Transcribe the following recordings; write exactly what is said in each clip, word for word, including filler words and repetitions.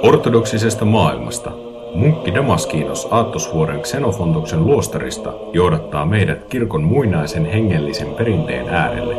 Ortodoksisesta maailmasta. Munkki Damaskinos Aattosvuoren Xenofontoksen luostarista johdattaa meidät kirkon muinaisen hengellisen perinteen äärelle.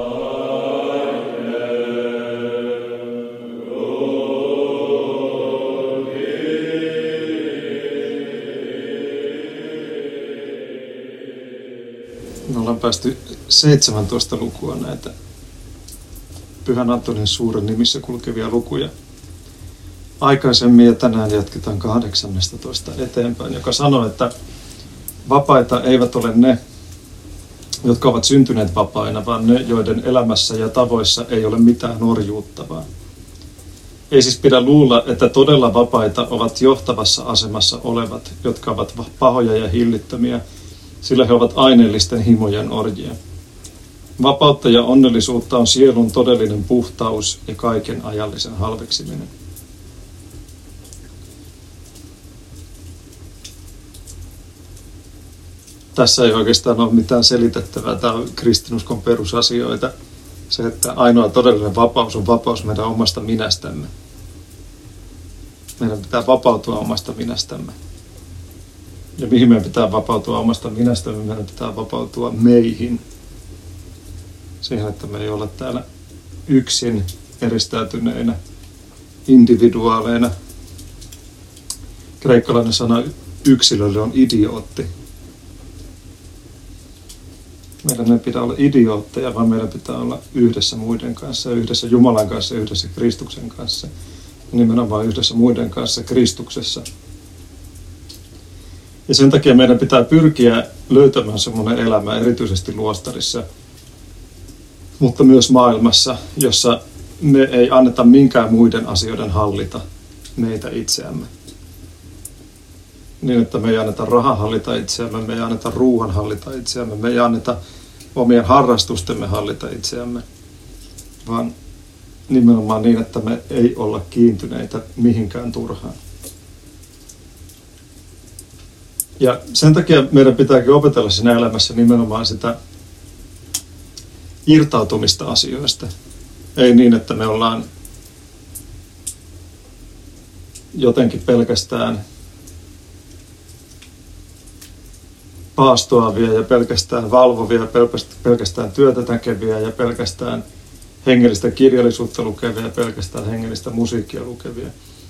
Me ollaan päästy seitsemäntoista lukua näitä Pyhän Antonin suuren nimissä kulkevia lukuja. Aikaisemmin ja tänään jatketaan kahdeksannestatoista eteenpäin, joka sanoo, että vapaita eivät ole ne, jotka ovat syntyneet vapaina, vaan ne, joiden elämässä ja tavoissa ei ole mitään orjuuttavaa. Ei siis pidä luulla, että todella vapaita ovat johtavassa asemassa olevat, jotka ovat pahoja ja hillittömiä, sillä he ovat aineellisten himojen orjia. Vapautta ja onnellisuutta on sielun todellinen puhtaus ja kaiken ajallisen halveksiminen. Tässä ei oikeastaan ole mitään selitettävää. Tämä on kristinuskon perusasioita. Se, että ainoa todellinen vapaus on vapaus meidän omasta minästämme. Meidän pitää vapautua omasta minästämme. Ja mihin meidän pitää vapautua omasta minästämme? Meidän pitää vapautua meihin. Siihen, että me ei olla täällä yksin eristäytyneinä, individuaaleina. Kreikkalainen sana yksilölle on idiootti. Meidän ei pidä olla idiootteja, vaan meidän pitää olla yhdessä muiden kanssa, yhdessä Jumalan kanssa, yhdessä Kristuksen kanssa. Ja nimenomaan yhdessä muiden kanssa Kristuksessa. Ja sen takia meidän pitää pyrkiä löytämään semmoinen elämä, erityisesti luostarissa, mutta myös maailmassa, jossa me ei anneta minkään muiden asioiden hallita meitä itseämme. Niin, että me ei anneta rahan hallita itseämme, me ei anneta ruuan hallita itseämme, me ei anneta omien harrastustemme hallita itseämme, vaan nimenomaan niin, että me ei olla kiintyneitä mihinkään turhaan. Ja sen takia meidän pitääkin opetella siinä elämässä nimenomaan sitä irtautumista asioista. Ei niin, että me ollaan jotenkin pelkästään paastoavia ja pelkästään valvovia, pelkästään työtä tekeviä ja pelkästään hengellistä kirjallisuutta lukevia ja pelkästään hengellistä musiikkia lukevia.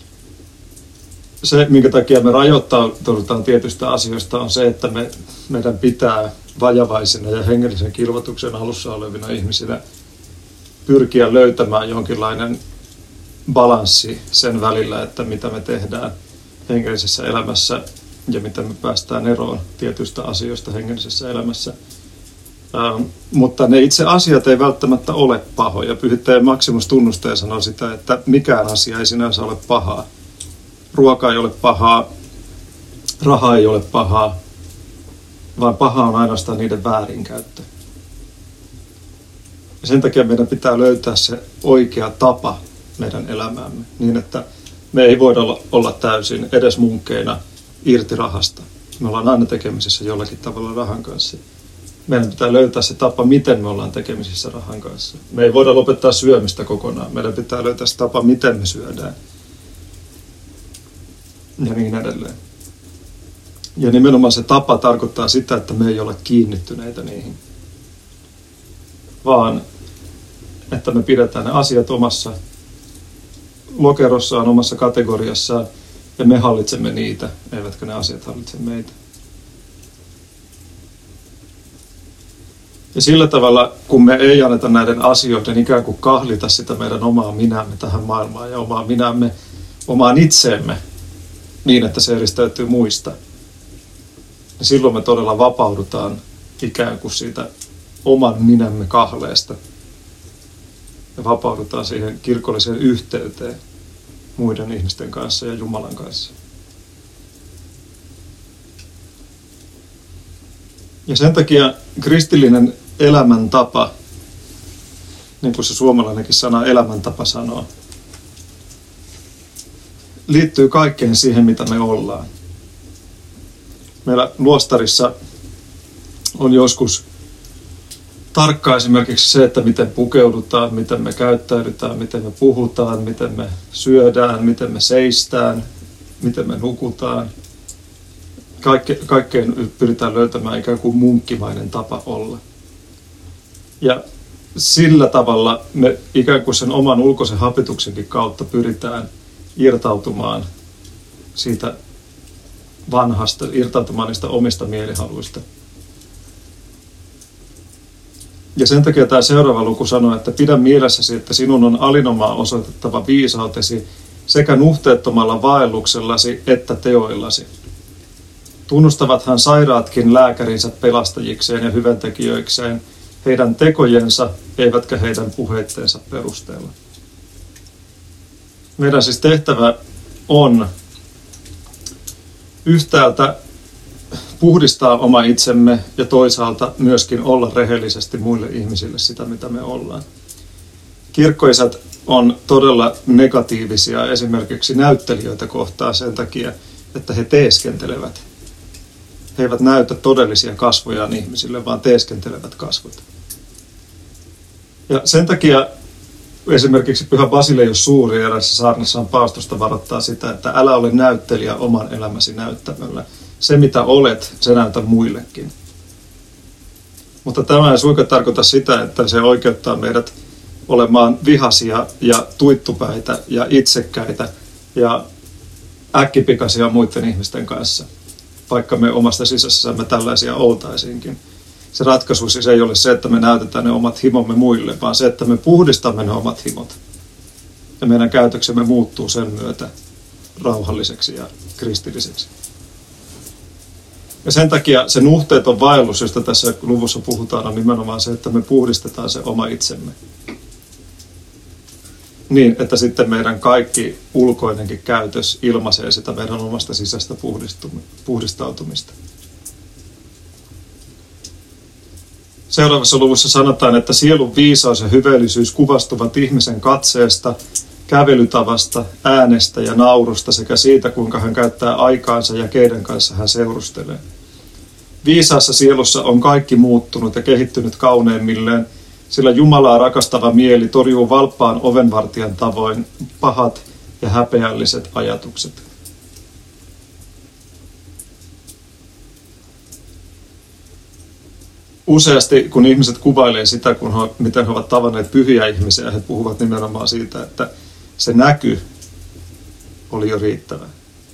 Se, minkä takia me rajoittaudutaan tietystä asioista, on se, että me, meidän pitää vajavaisina ja hengellisen kilvoituksen alussa olevina ihmisinä pyrkiä löytämään jonkinlainen balanssi sen välillä, että mitä me tehdään hengellisessä elämässä ja miten me päästään eroon tietyistä asioista hengellisessä elämässä. Ähm, mutta ne itse asiat ei välttämättä ole pahoja. Pyhittäjä Maximus tunnustaja sanoo sitä, että mikään asia ei sinänsä ole pahaa. Ruoka ei ole pahaa, raha ei ole pahaa, vaan paha on ainoastaan niiden väärinkäyttö. Ja sen takia meidän pitää löytää se oikea tapa meidän elämäämme, niin että me ei voida olla, olla täysin edes munkkeina irti rahasta. Me ollaan aina tekemisissä jollakin tavalla rahan kanssa. Meidän pitää löytää se tapa, miten me ollaan tekemisissä rahan kanssa. Me ei voida lopettaa syömistä kokonaan. Meidän pitää löytää se tapa, miten me syödään. Ja niin edelleen. Ja nimenomaan se tapa tarkoittaa sitä, että me ei olla kiinnittyneitä niihin. Vaan, että me pidetään ne asiat omassa lokerossaan, omassa kategoriassaan, ja me hallitsemme niitä, eivätkä ne asiat hallitse meitä. Ja sillä tavalla, kun me ei anneta näiden asioiden ikään kuin kahlita sitä meidän omaa minämme tähän maailmaan ja omaa minämme, omaan itseemme, niin että se eristäytyy muista, niin silloin me todella vapaudutaan ikään kuin siitä oman minämme kahleesta. Ja vapaudutaan siihen kirkolliseen yhteyteen muiden ihmisten kanssa ja Jumalan kanssa. Ja sen takia kristillinen elämäntapa, niin kuin se suomalainenkin sana elämäntapa sanoo, liittyy kaikkeen siihen, mitä me ollaan. Meillä luostarissa on joskus tarkka esimerkiksi se, että miten pukeudutaan, miten me käyttäydytään, miten me puhutaan, miten me syödään, miten me seistään, miten me nukutaan. Kaikke, kaikkeen pyritään löytämään ikään kuin munkkimainen tapa olla. Ja sillä tavalla me ikään kuin sen oman ulkoisen hapituksenkin kautta pyritään irtautumaan siitä vanhasta, irtautumaan niistä omista mielihaluista. Ja sen takia tämä seuraava luku sanoo, että pidä mielessäsi, että sinun on alinomaa osoitettava viisautesi sekä nuhteettomalla vaelluksellasi että teoillasi. Tunnustavathan sairaatkin lääkärinsä pelastajikseen ja hyväntekijöikseen, heidän tekojensa eivätkä heidän puheitteensa perusteella. Meidän siis tehtävä on yhtäältä puhdistaa oma itsemme ja toisaalta myöskin olla rehellisesti muille ihmisille sitä, mitä me ollaan. Kirkkoisät on todella negatiivisia esimerkiksi näyttelijöitä kohtaan sen takia, että he teeskentelevät. He eivät näytä todellisia kasvojaan ihmisille, vaan teeskentelevät kasvot. Ja sen takia esimerkiksi Pyhä Basileius Suuri erässä saarnassaan paastosta varoittaa sitä, että älä ole näyttelijä oman elämäsi näyttämöllä. Se mitä olet, se näytä muillekin. Mutta tämä ei suinkaan tarkoita sitä, että se oikeuttaa meidät olemaan vihaisia ja tuittupäitä ja itsekkäitä ja äkkipikaisia muiden ihmisten kanssa, vaikka me omasta sisässämme tällaisia oltaisiinkin. Se ratkaisu siis ei ole se, että me näytetään ne omat himomme muille, vaan se, että me puhdistamme ne omat himot. Ja meidän käytöksemme muuttuu sen myötä rauhalliseksi ja kristilliseksi. Ja sen takia se nuhteeton vaellus, josta tässä luvussa puhutaan, on nimenomaan se, että me puhdistetaan se oma itsemme. Niin, että sitten meidän kaikki ulkoinenkin käytös ilmaisee sitä meidän omasta sisäistä puhdistautumista. Seuraavassa luvussa sanotaan, että sielun viisaus ja hyveellisyys kuvastuvat ihmisen katseesta, kävelytavasta, äänestä ja naurusta sekä siitä, kuinka hän käyttää aikaansa ja keiden kanssa hän seurustelee. Viisaassa sielussa on kaikki muuttunut ja kehittynyt kauneimmilleen, sillä Jumalaa rakastava mieli torjuu valppaan ovenvartijan tavoin pahat ja häpeälliset ajatukset. Useasti, kun ihmiset kuvailee sitä, kun he, miten he ovat tavanneet pyhiä ihmisiä, he puhuvat nimenomaan siitä, että se näky oli jo riittävä.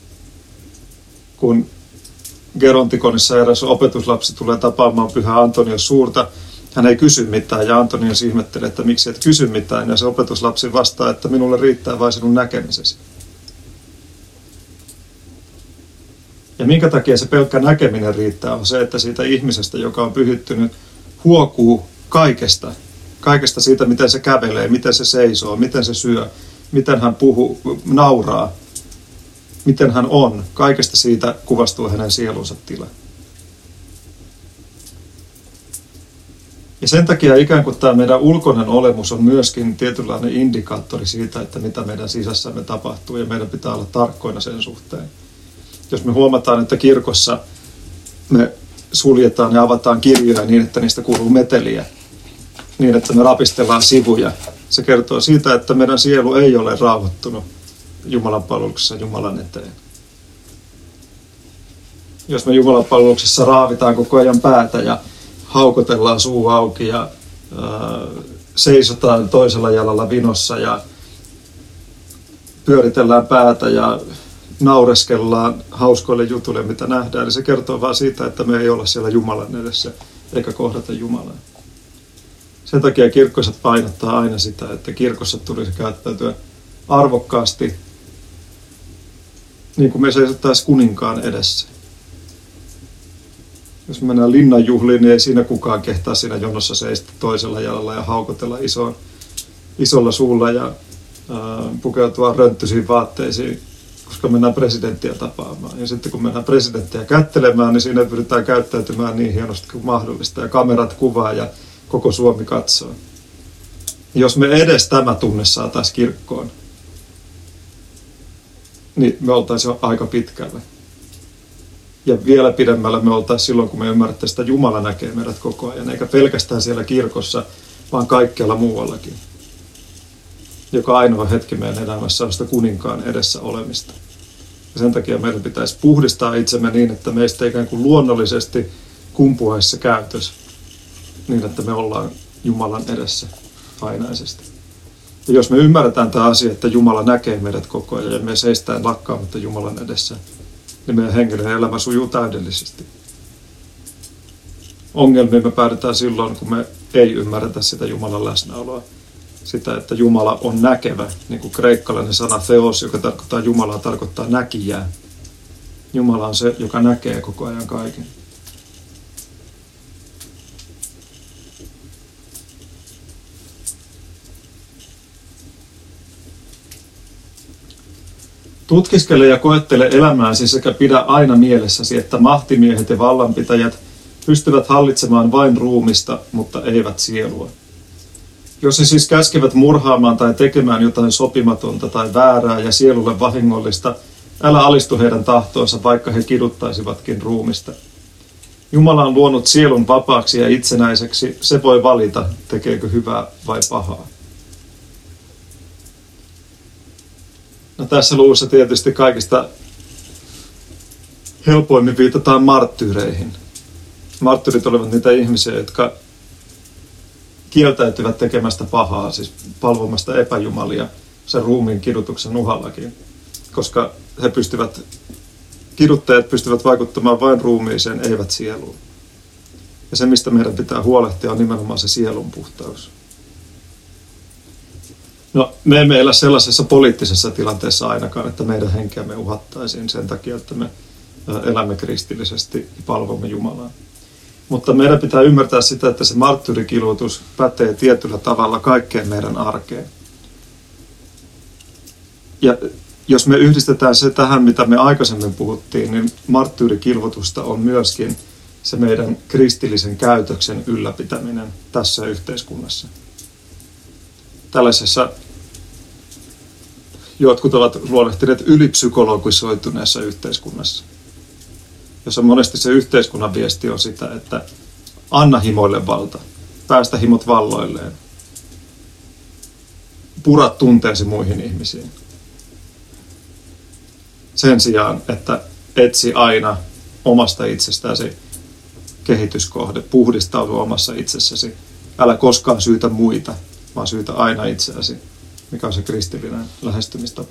Kun Gerontikonissa eräs opetuslapsi tulee tapaamaan Pyhä Antonios Suurta, hän ei kysy mitään ja Antonios ihmettelee, että miksi et kysy mitään. Ja se opetuslapsi vastaa, että minulle riittää vain sinun näkemisesi. Ja minkä takia se pelkkä näkeminen riittää on se, että siitä ihmisestä, joka on pyhittynyt, huokuu kaikesta. Kaikesta siitä, miten se kävelee, miten se seisoo, miten se syö, miten hän puhuu, nauraa, miten hän on. Kaikesta siitä kuvastuu hänen sielunsa tila. Ja sen takia ikään kuin tämä meidän ulkoinen olemus on myöskin tietynlainen indikaattori siitä, että mitä meidän sisässämme tapahtuu, ja meidän pitää olla tarkkoina sen suhteen. Jos me huomataan, että kirkossa me suljetaan ja avataan kirjoja niin, että niistä kuuluu meteliä, niin että me rapistellaan sivuja, se kertoo siitä, että meidän sielu ei ole rauhoittunut Jumalan palveluksessa Jumalan eteen. Jos me Jumalan palveluksessa raavitaan koko ajan päätä ja haukotellaan suu auki ja ää, seisotaan toisella jalalla vinossa ja pyöritellään päätä ja naureskellaan hauskoille jutuille, mitä nähdään, niin se kertoo vaan siitä, että me ei olla siellä Jumalan edessä eikä kohdata Jumalaa. Sen takia kirkkoiset painottaa aina sitä, että kirkossa tulisi käyttäytyä arvokkaasti, niin kuin me seisottaisiin kuninkaan edessä. Jos mennään linnanjuhliin, niin ei siinä kukaan kehtaa siinä jonossa seistä toisella jalalla ja haukotella isoon, isolla suulla ja ää, pukeutua rönttyisiin vaatteisiin, koska mennään presidenttiä tapaamaan. Ja sitten kun mennään presidenttiä kättelemään, niin siinä pyritään käyttäytymään niin hienosti kuin mahdollista. Ja kamerat kuvaa ja koko Suomi katsoo. Jos me edes tämä tunne saataisiin kirkkoon, niin me oltaisiin jo aika pitkällä. Ja vielä pidemmällä me oltaisiin silloin, kun me ymmärrämme, että Jumala näkee meidät koko ajan, eikä pelkästään siellä kirkossa, vaan kaikkialla muuallakin. Joka ainoa hetki meidän elämässä on sitä kuninkaan edessä olemista. Ja sen takia meidän pitäisi puhdistaa itsemme niin, että meistä ikään kuin luonnollisesti kumpuaisi se käytös, niin että me ollaan Jumalan edessä ainaisesti. Ja jos me ymmärretään tämä asia, että Jumala näkee meidät koko ajan ja me seistään lakkaamatta Jumalan edessä, niin meidän hengellinen elämä sujuu täydellisesti. Ongelmiin me päädytään silloin, kun me ei ymmärretä sitä Jumalan läsnäoloa. Sitä, että Jumala on näkevä, niin kuin kreikkalainen sana theos, joka tarkoittaa Jumalaa, tarkoittaa näkijää. Jumala on se, joka näkee koko ajan kaiken. Tutkiskele ja koettele elämääsi sekä pidä aina mielessäsi, että mahtimiehet ja vallanpitäjät pystyvät hallitsemaan vain ruumista, mutta eivät sielua. Jos he siis käskevät murhaamaan tai tekemään jotain sopimatonta tai väärää ja sielulle vahingollista, älä alistu heidän tahtoonsa, vaikka he kiduttaisivatkin ruumista. Jumala on luonut sielun vapaaksi ja itsenäiseksi, se voi valita, tekeekö hyvää vai pahaa. No, tässä luvussa tietysti kaikista helpoimmin viitataan marttyyreihin. Marttyyrit olivat niitä ihmisiä, jotka kieltäytyvät tekemästä pahaa, siis palvomasta epäjumalia sen ruumiin kidutuksen uhallakin, koska he pystyvät, kiduttajat pystyvät vaikuttamaan vain ruumiiseen, eivät sieluun. Ja se, mistä meidän pitää huolehtia, on nimenomaan se sielun puhtaus. No, me emme elä sellaisessa poliittisessa tilanteessa ainakaan, että meidän henkeämme uhattaisiin sen takia, että me elämme kristillisesti ja palvomme Jumalaa. Mutta meidän pitää ymmärtää sitä, että se marttyyrikidutus pätee tietyllä tavalla kaikkeen meidän arkeen. Ja jos me yhdistetään se tähän, mitä me aikaisemmin puhuttiin, niin marttyyrikidutusta on myöskin se meidän kristillisen käytöksen ylläpitäminen tässä yhteiskunnassa. Tällaisessa, jotkut ovat luonnehtineet ylipsykologisoituneessa yhteiskunnassa, jossa monesti se yhteiskunnan viesti on sitä, että anna himoille valta, päästä himot valloilleen, pura tunteesi muihin ihmisiin. Sen sijaan, että etsi aina omasta itsestäsi kehityskohde, puhdistaudu omassa itsessäsi, älä koskaan syytä muita, vaan syytä aina itseäsi, mikä on se kristillinen lähestymistapa.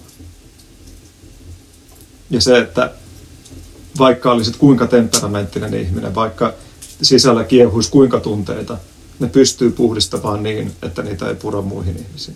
Ja se, että vaikka olisit kuinka temperamenttinen ihminen, vaikka sisällä kiehuisi kuinka tunteita, ne pystyy puhdistamaan niin, että niitä ei pura muihin ihmisiin.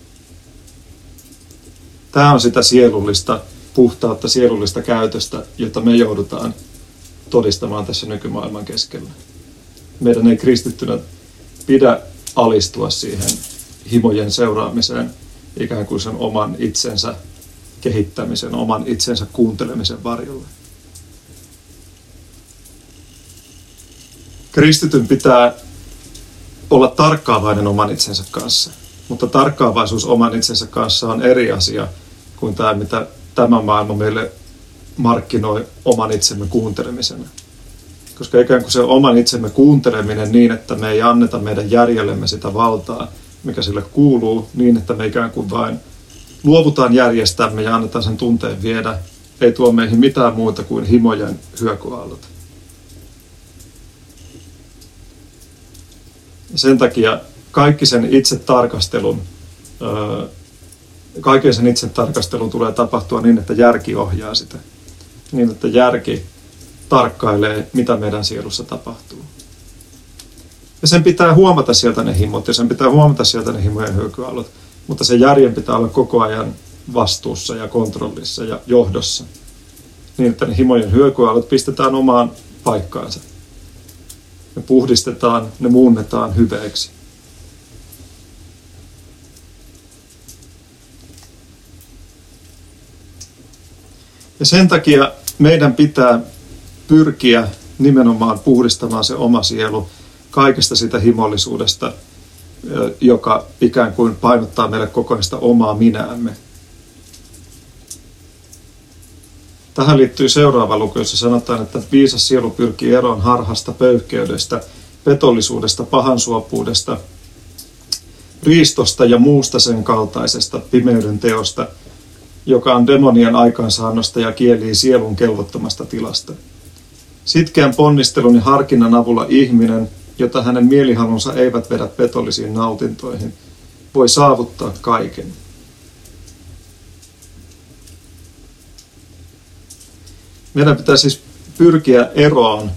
Tämä on sitä sielullista puhtautta, sielullista käytöstä, jota me joudutaan todistamaan tässä nykymaailman keskellä. Meidän ei kristittynä pidä alistua siihen himojen seuraamiseen, ikään kuin sen oman itsensä kehittämisen, oman itsensä kuuntelemisen varjolla. Kristityn pitää olla tarkkaavainen oman itsensä kanssa, mutta tarkkaavaisuus oman itsensä kanssa on eri asia kuin tämä, mitä tämä maailma meille markkinoi oman itsemme kuuntelemisena. Koska ikään kuin se oman itsemme kuunteleminen niin, että me ei anneta meidän järjellemme sitä valtaa, mikä sille kuuluu, niin että me ikään kuin vain luovutaan järjestämme ja annetaan sen tunteen viedä, ei tuo meihin mitään muuta kuin himojen hyökyaallot. Sen takia kaikki sen itse tarkastelun, kaiken sen itse tarkastelun tulee tapahtua niin, että järki ohjaa sitä. Niin, että järki tarkkailee, mitä meidän sielussa tapahtuu. Ja sen pitää huomata sieltä ne himot ja sen pitää huomata sieltä ne himojen hyökyaallot, mutta se järjen pitää olla koko ajan vastuussa ja kontrollissa ja johdossa. Niin, että ne himojen hyökyaallot pistetään omaan paikkaansa. Ne puhdistetaan, ne muunnetaan hyveeksi. Ja sen takia meidän pitää pyrkiä nimenomaan puhdistamaan se oma sielu kaikesta sitä himollisuudesta, joka ikään kuin painottaa meille koko ajan sitä omaa minäämme. Tähän liittyy seuraava luku, jossa sanotaan, että viisas sielu pyrkii eroon harhasta, pöyhkeydestä, petollisuudesta, pahansuopuudesta, riistosta ja muusta sen kaltaisesta pimeyden teosta, joka on demonien aikaansaannosta ja kielii sielun kelvottomasta tilasta. Sitkeän ponnistelun ja harkinnan avulla ihminen, jota hänen mielihalunsa eivät vedä petollisiin nautintoihin, voi saavuttaa kaiken. Meidän pitää siis pyrkiä eroon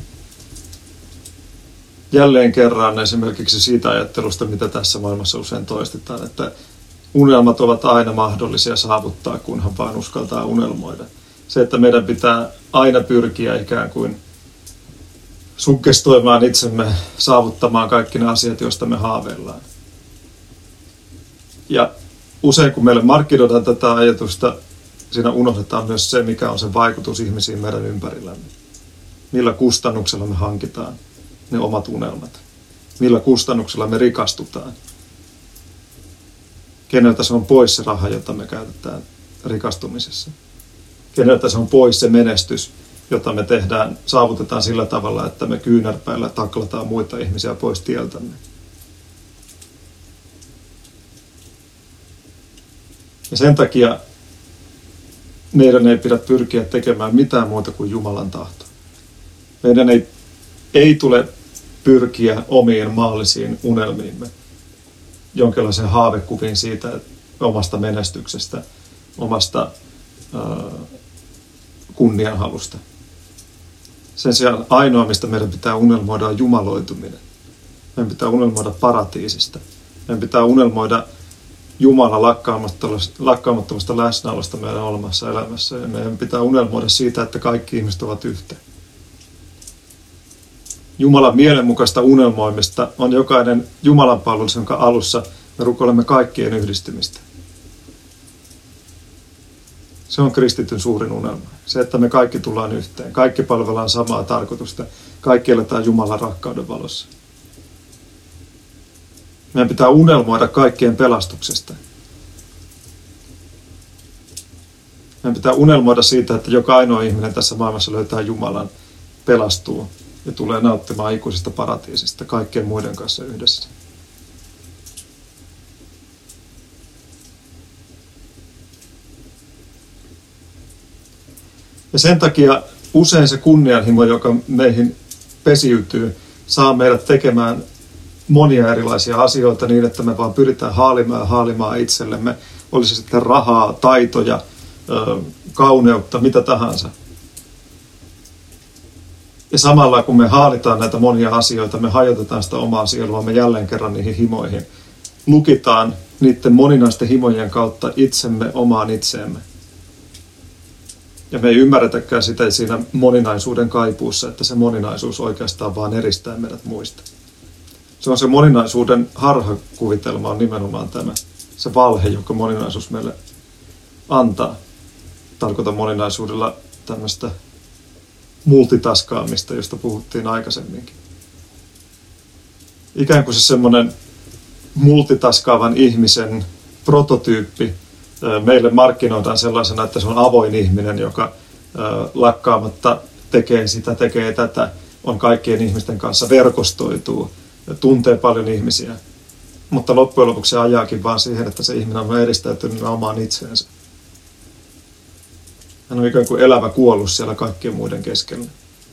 jälleen kerran esimerkiksi siitä ajattelusta, mitä tässä maailmassa usein toistetaan, että unelmat ovat aina mahdollisia saavuttaa, kunhan vain uskaltaa unelmoida. Se, että meidän pitää aina pyrkiä ikään kuin suggestoimaan itsemme saavuttamaan kaikki ne asiat, joista me haaveillaan. Ja usein kun meille markkinoidaan tätä ajatusta, siinä unohdetaan myös se, mikä on se vaikutus ihmisiin meidän ympärillämme. Millä kustannuksella me hankitaan ne omat unelmat. Millä kustannuksella me rikastutaan. Keneltä se on pois se raha, jota me käytetään rikastumisessa. Keneltä se on pois se menestys, jota me tehdään, saavutetaan sillä tavalla, että me kyynärpäillä taklataan muita ihmisiä pois tieltämme. Ja sen takia meidän ei pidä pyrkiä tekemään mitään muuta kuin Jumalan tahto. Meidän ei, ei tule pyrkiä omiin maallisiin unelmiimme, jonkinlaisen haavekuviin siitä omasta menestyksestä, omasta äh, kunnianhalusta. Sen sijaan ainoa, mistä meidän pitää unelmoida, on jumaloituminen. Meidän pitää unelmoida paratiisista. Meidän pitää unelmoida Jumalan lakkaamattomasta läsnäolosta meidän olemassa elämässä. Ja meidän pitää unelmoida siitä, että kaikki ihmiset ovat yhtä. Jumalan mielenmukaista unelmoimista on jokainen Jumalan palvelus, jonka alussa me rukoilemme kaikkien yhdistymistä. Se on kristityn suurin unelma. Se, että me kaikki tullaan yhteen. Kaikki palvellaan samaa tarkoitusta. Kaikki eletään Jumalan rakkauden valossa. Meidän pitää unelmoida kaikkien pelastuksesta. Meidän pitää unelmoida siitä, että joka ainoa ihminen tässä maailmassa löytää Jumalan, pelastuu ja tulee nauttimaan ikuisesta paratiisista kaikkien muiden kanssa yhdessä. Ja sen takia usein se kunnianhimo, joka meihin pesiytyy, saa meidät tekemään monia erilaisia asioita niin, että me vaan pyritään haalimaan ja haalimaan itsellemme. Olisi sitten rahaa, taitoja, kauneutta, mitä tahansa. Ja samalla kun me haalitaan näitä monia asioita, me hajotetaan sitä omaa sieluamme jälleen kerran niihin himoihin. Lukitaan niiden moninaisten himojen kautta itsemme omaan itseemme. Ja me ei ymmärretäkään sitä siinä moninaisuuden kaipuussa, että se moninaisuus oikeastaan vaan eristää meidät muista. Se on se moninaisuuden harhakuvitelma on nimenomaan tämä. Se valhe, joka moninaisuus meille antaa. Tarkoitan moninaisuudella tämmöistä multitaskaamista, josta puhuttiin aikaisemminkin. Ikään kuin se semmoinen multitaskaavan ihmisen prototyyppi meille markkinoidaan sellaisena, että se on avoin ihminen, joka lakkaamatta tekee sitä, tekee tätä, on kaikkien ihmisten kanssa, verkostoituu, tuntee paljon ihmisiä. Mutta loppujen lopuksi se ajaakin vaan siihen, että se ihminen on eristäytynyt omaan itseensä. Hän on ikään kuin elävä kuollut siellä kaikkien muiden keskellä,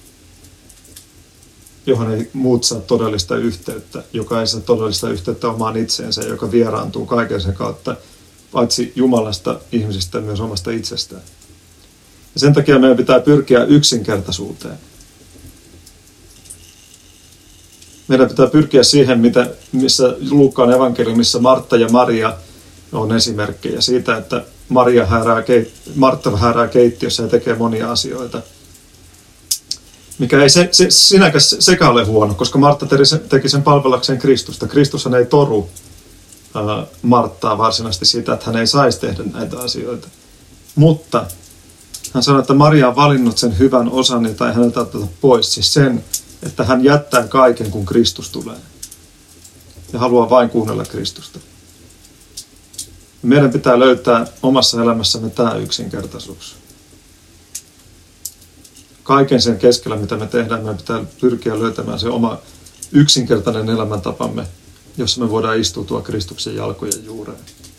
johon ei muut saa todellista yhteyttä, joka ei saa todellista yhteyttä omaan itseensä, joka vieraantuu kaiken sen kautta, paitsi Jumalasta, ihmisistä, myös omasta itsestään. Ja sen takia meidän pitää pyrkiä yksinkertaisuuteen. Meidän pitää pyrkiä siihen, mitä, missä Luukkaan evankeliumissa Martta ja Maria on esimerkkejä siitä, että Maria häärää keit, Martta häärää keittiössä ja tekee monia asioita. Mikä ei se, se, sinäkään sekä ole huono, koska Martta teki sen palvelakseen Kristusta. Kristushan ei toru ää, Marttaa varsinaisesti siitä, että hän ei saisi tehdä näitä asioita. Mutta hän sanoi, että Maria on valinnut sen hyvän osan, jota ei häneltä oteta pois. Siis sen, että hän jättää kaiken, kun Kristus tulee. Ja haluaa vain kuunnella Kristusta. Meidän pitää löytää omassa elämässämme tämä yksinkertaisuus. kaiken sen keskellä, mitä me tehdään, meidän pitää pyrkiä löytämään se oma yksinkertainen elämäntapamme, jossa me voidaan istutua Kristuksen jalkojen juureen.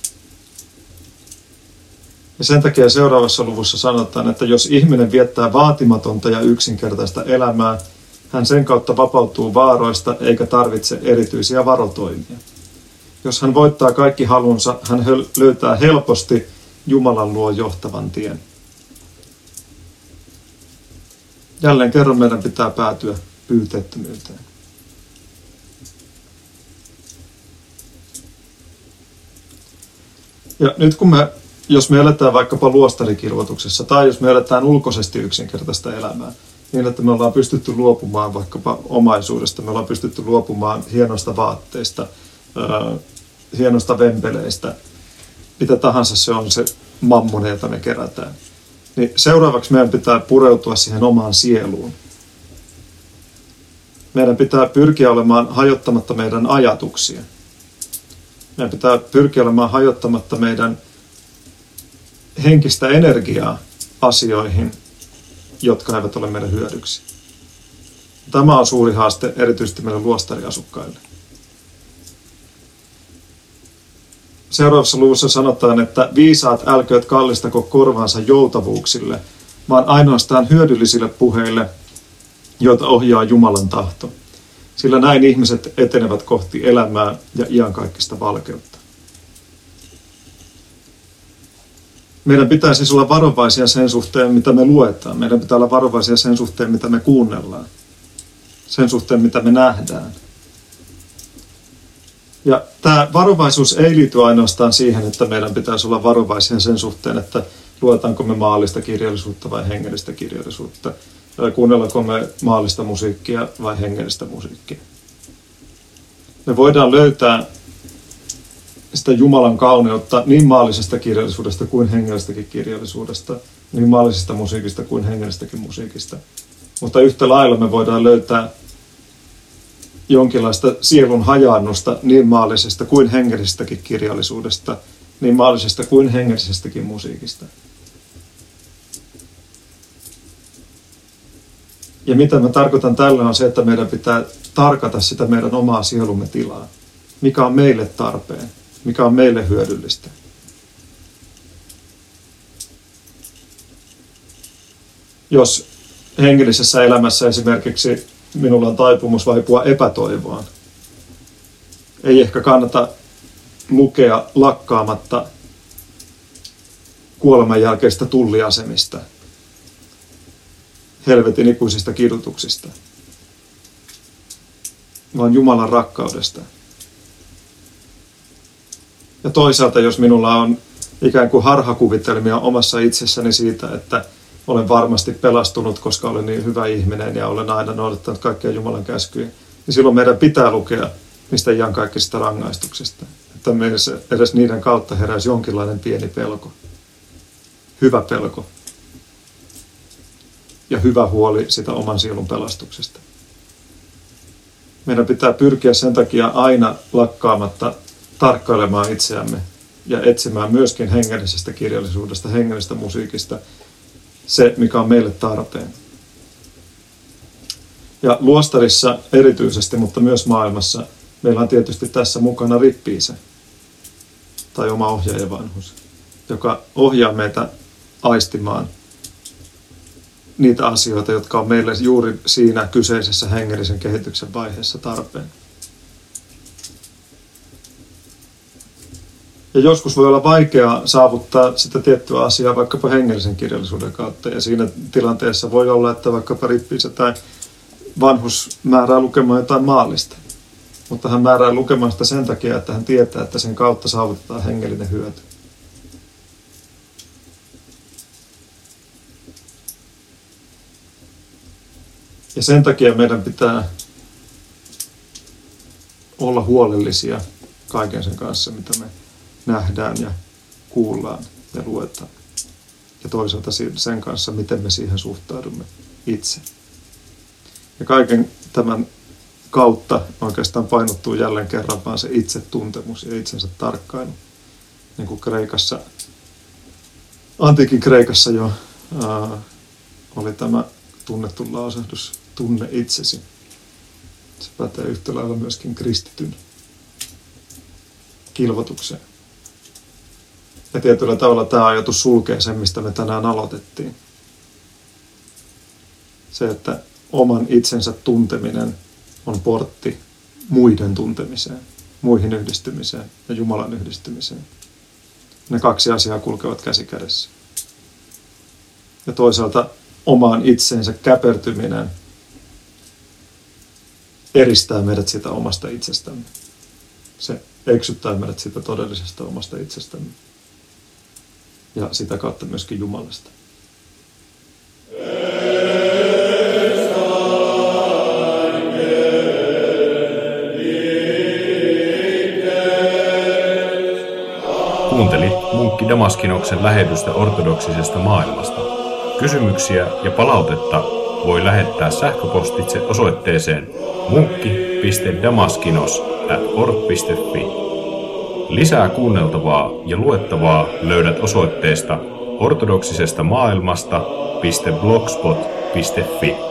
Ja sen takia seuraavassa luvussa sanotaan, että jos ihminen viettää vaatimatonta ja yksinkertaista elämää, hän sen kautta vapautuu vaaroista eikä tarvitse erityisiä varotoimia. Jos hän voittaa kaikki halunsa, hän löytää helposti Jumalan luo johtavan tien. Jälleen kerran meidän pitää päätyä pyyteettömyyteen. Ja nyt kun me, jos me eletään vaikkapa luostarikirvoituksessa tai jos me eletään ulkoisesti yksinkertaista elämää, niin että me ollaan pystytty luopumaan vaikkapa omaisuudesta, me ollaan pystytty luopumaan hienoista vaatteista, ää, hienoista vempeleistä, mitä tahansa se on se mammone, jota me kerätään. Niin seuraavaksi meidän pitää pureutua siihen omaan sieluun. Meidän pitää pyrkiä olemaan hajottamatta meidän ajatuksia. Meidän pitää pyrkiä olemaan hajottamatta meidän henkistä energiaa asioihin, jotka eivät ole meille hyödyksi. Tämä on suuri haaste erityisesti meille luostariasukkaille. Seuraavassa luvussa sanotaan, että viisaat älkööt kallistako korvaansa joutavuuksille, vaan ainoastaan hyödyllisille puheille, joita ohjaa Jumalan tahto. Sillä näin ihmiset etenevät kohti elämää ja iankaikkista valkeutta. Meidän pitää siis olla varovaisia sen suhteen, mitä me luetaan. Meidän pitää olla varovaisia sen suhteen, mitä me kuunnellaan. Sen suhteen, mitä me nähdään. Ja tämä varovaisuus ei liity ainoastaan siihen, että meidän pitäisi olla varovaisia sen suhteen, että luetaanko me maallista kirjallisuutta vai hengellistä kirjallisuutta. Kuunnellaanko me maallista musiikkia vai hengellistä musiikkia. Me voidaan löytää sitä Jumalan kauneutta niin maallisesta kirjallisuudesta kuin hengellistäkin kirjallisuudesta, niin maallisesta musiikista kuin hengellistäkin musiikista. Mutta yhtä lailla me voidaan löytää jonkinlaista sielun hajaannusta niin maallisesta kuin hengellisestäkin kirjallisuudesta, niin maallisesta kuin hengellisestäkin musiikista. Ja mitä mä tarkoitan tällä on se, että meidän pitää tarkata sitä meidän omaa sielumme tilaa. Mikä on meille tarpeen, mikä on meille hyödyllistä. Jos hengellisessä elämässä esimerkiksi minulla on taipumus vaipua epätoivoon, ei ehkä kannata lukea lakkaamatta kuoleman jälkeistä tulliasemista, helvetin ikuisista kidutuksista, vaan Jumalan rakkaudesta. Ja toisaalta, jos minulla on ikään kuin harhakuvitelmia omassa itsessäni siitä, että olen varmasti pelastunut, koska olen niin hyvä ihminen ja olen aina noudattanut kaikkia Jumalan käskyjä, niin silloin meidän pitää lukea niistä iankaikkisista rangaistuksista, että meissä edes niiden kautta heräisi jonkinlainen pieni pelko, hyvä pelko ja hyvä huoli sitä oman sielun pelastuksesta. Meidän pitää pyrkiä sen takia aina lakkaamatta tarkkailemaan itseämme ja etsimään myöskin hengellisestä kirjallisuudesta, hengellisestä musiikista se, mikä on meille tarpeen. Ja luostarissa erityisesti, mutta myös maailmassa, meillä on tietysti tässä mukana rippi-isä tai oma ohjaajavanhus, joka ohjaa meitä aistimaan niitä asioita, jotka on meille juuri siinä kyseisessä hengellisen kehityksen vaiheessa tarpeen. Ja joskus voi olla vaikeaa saavuttaa sitä tiettyä asiaa vaikkapa hengellisen kirjallisuuden kautta. Ja siinä tilanteessa voi olla, että vaikkapa rippi-isä tai vanhus määrää lukemaan jotain maallista. Mutta hän määrää lukemaan sitä sen takia, että hän tietää, että sen kautta saavutetaan hengellinen hyöty. Ja sen takia meidän pitää olla huolellisia kaiken sen kanssa, mitä me nähdään ja kuullaan ja luetaan. Ja toisaalta sen kanssa, miten me siihen suhtaudumme itse. Ja kaiken tämän kautta oikeastaan painottuu jälleen kerran vaan se itsetuntemus ja itsensä tarkkailu. Niin kuin Kreikassa, antiikin Kreikassa jo ää, oli tämä tunnettu lausahdus, tunne itsesi. Se pätee yhtä lailla myöskin kristityn kilvotukseen. Ja tietyllä tavalla tämä ajatus sulkee sen, mistä me tänään aloitettiin. Se, että oman itsensä tunteminen on portti muiden tuntemiseen, muihin yhdistymiseen ja Jumalan yhdistymiseen. Ne kaksi asiaa kulkevat käsi kädessä. Ja toisaalta omaan itseensä käpertyminen eristää meidät sitä omasta itsestämme. Se eksyttää meidät sitä todellisesta omasta itsestämme. Ja sitä kautta myöskin Jumalasta. Kuuntelit Munkki Damaskinoksen lähetystä ortodoksisesta maailmasta. Kysymyksiä ja palautetta voi lähettää sähköpostitse osoitteeseen munkki piste damaskinos ät org piste fi. Lisää kuunneltavaa ja luettavaa löydät osoitteesta ortodoksisesta maailmasta piste blogspot piste fi.